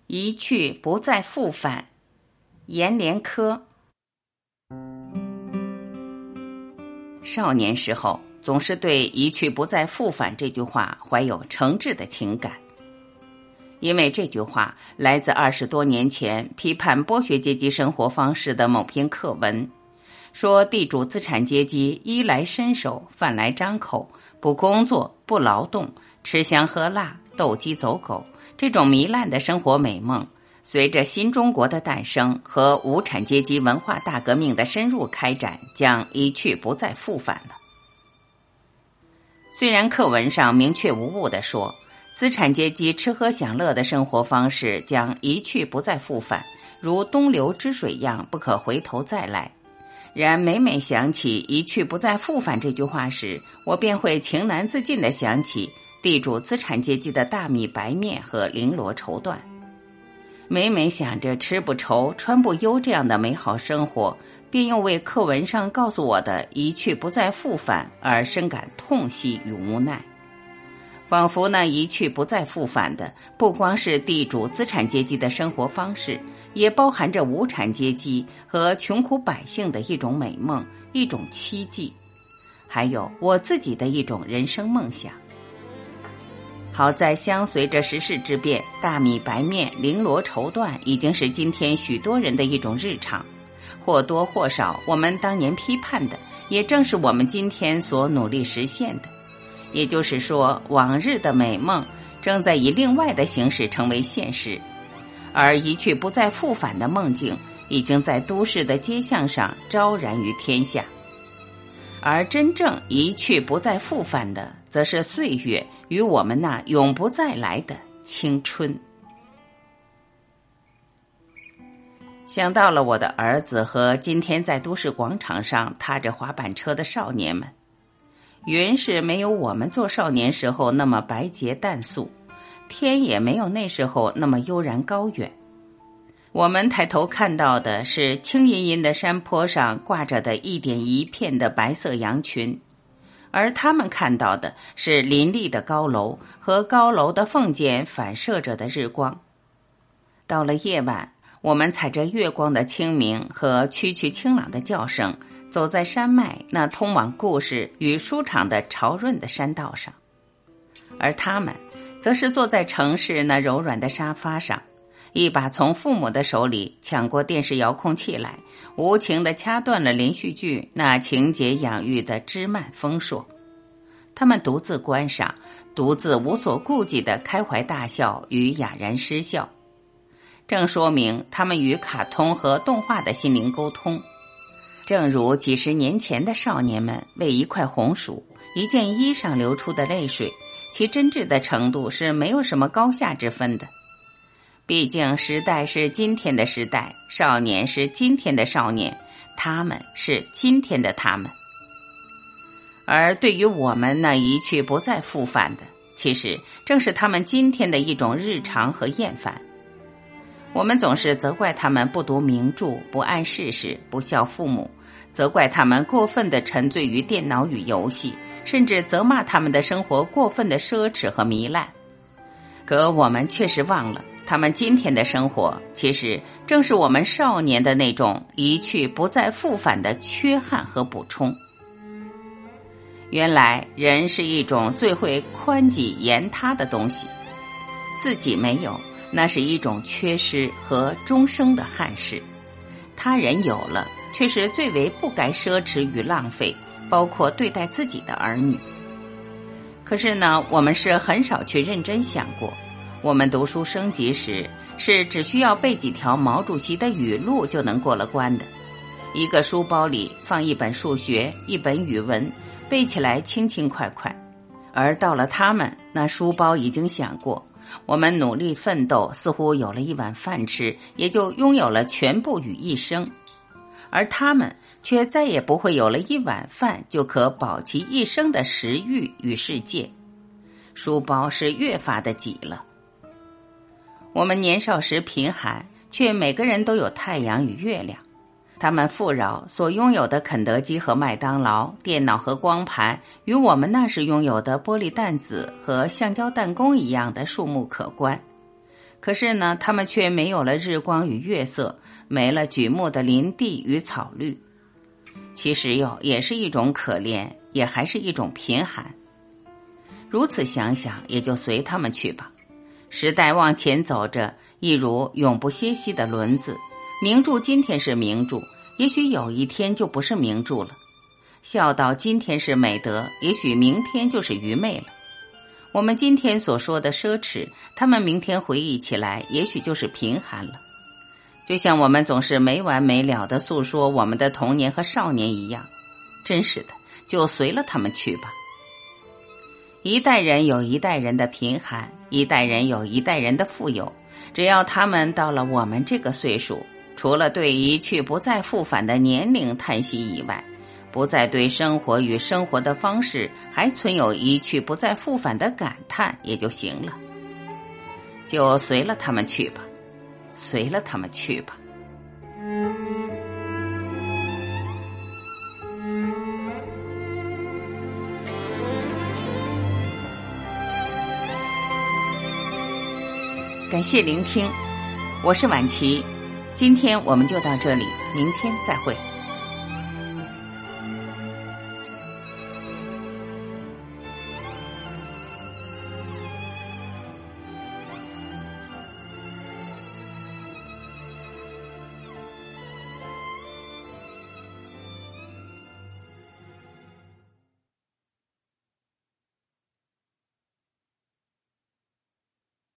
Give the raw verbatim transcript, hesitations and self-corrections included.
一去不再复返，阎连科。少年时候总是对一去不再复返这句话怀有诚挚的情感，因为这句话来自二十多年前批判剥削阶级生活方式的某篇课文，说地主资产阶级衣来伸手，饭来张口，不工作不劳动，吃香喝辣，斗鸡走狗，这种糜烂的生活美梦随着新中国的诞生和无产阶级文化大革命的深入开展，将一去不再复返了。虽然课文上明确无误地说，资产阶级吃喝享乐的生活方式将一去不再复返，如东流之水样不可回头再来，然每每想起一去不再复返这句话时，我便会情难自禁地想起地主资产阶级的大米白面和绫罗绸缎。每每想着吃不愁穿不忧这样的美好生活，便又为课文上告诉我的一去不再复返而深感痛惜与无奈。仿佛那一去不再复返的不光是地主资产阶级的生活方式，也包含着无产阶级和穷苦百姓的一种美梦，一种期冀，还有我自己的一种人生梦想。好在相随着时势之变，大米白面绫罗绸缎已经是今天许多人的一种日常，或多或少我们当年批判的也正是我们今天所努力实现的。也就是说，往日的美梦正在以另外的形式成为现实，而一去不再复返的梦境已经在都市的街巷上昭然于天下。而真正一去不再复返的，则是岁月与我们那永不再来的青春。想到了我的儿子和今天在都市广场上踏着滑板车的少年们，云是没有我们做少年时候那么白洁淡素，天也没有那时候那么悠然高远。我们抬头看到的是青茵茵的山坡上挂着的一点一片的白色羊群，而他们看到的是林立的高楼和高楼的缝间反射着的日光。到了夜晚，我们踩着月光的清明和曲曲清朗的叫声，走在山脉那通往故事与书场的潮润的山道上，而他们则是坐在城市那柔软的沙发上，一把从父母的手里抢过电视遥控器来，无情地掐断了连续剧那情节养育的枝蔓丰硕。他们独自观赏，独自无所顾忌地开怀大笑与哑然失笑，正说明他们与卡通和动画的心灵沟通。正如几十年前的少年们为一块红薯、一件衣裳流出的泪水，其真挚的程度是没有什么高下之分的。毕竟时代是今天的时代，少年是今天的少年，他们是今天的他们。而对于我们那一去不再复返的，其实正是他们今天的一种日常和厌烦。我们总是责怪他们不读名著，不谙世事，不孝父母，责怪他们过分地沉醉于电脑与游戏，甚至责骂他们的生活过分的奢侈和糜烂。可我们确实忘了，他们今天的生活其实正是我们少年的那种一去不再复返的缺憾和补充。原来人是一种最会宽己严他的东西，自己没有，那是一种缺失和终生的憾事，他人有了，却是最为不该奢侈与浪费，包括对待自己的儿女。可是呢，我们是很少去认真想过，我们读书升级时是只需要背几条毛主席的语录就能过了关的，一个书包里放一本数学，一本语文，背起来轻轻快快。而到了他们，那书包已经想过，我们努力奋斗，似乎有了一碗饭吃，也就拥有了全部与一生，而他们却再也不会有了一碗饭就可保其一生的食欲与世界。书包是越发的挤了。我们年少时贫寒，却每个人都有太阳与月亮。他们富饶所拥有的肯德基和麦当劳，电脑和光盘，与我们那时拥有的玻璃弹子和橡胶弹弓一样的数目可观。 可是呢，他们却没有了日光与月色，没了举目的林地与草绿。其实哟，也是一种可怜，也还是一种贫寒。如此想想，也就随他们去吧。时代往前走着，一如永不歇息的轮子，名著今天是名著，也许有一天就不是名著了。孝道今天是美德，也许明天就是愚昧了。我们今天所说的奢侈，他们明天回忆起来，也许就是贫寒了。就像我们总是没完没了地诉说我们的童年和少年一样，真是的，就随了他们去吧。一代人有一代人的贫寒，一代人有一代人的富有，只要他们到了我们这个岁数，除了对一去不再复返的年龄叹息以外，不再对生活与生活的方式还存有一去不再复返的感叹也就行了。就随了他们去吧，随了他们去吧。感谢聆听，我是婉琪，今天我们就到这里，明天再会。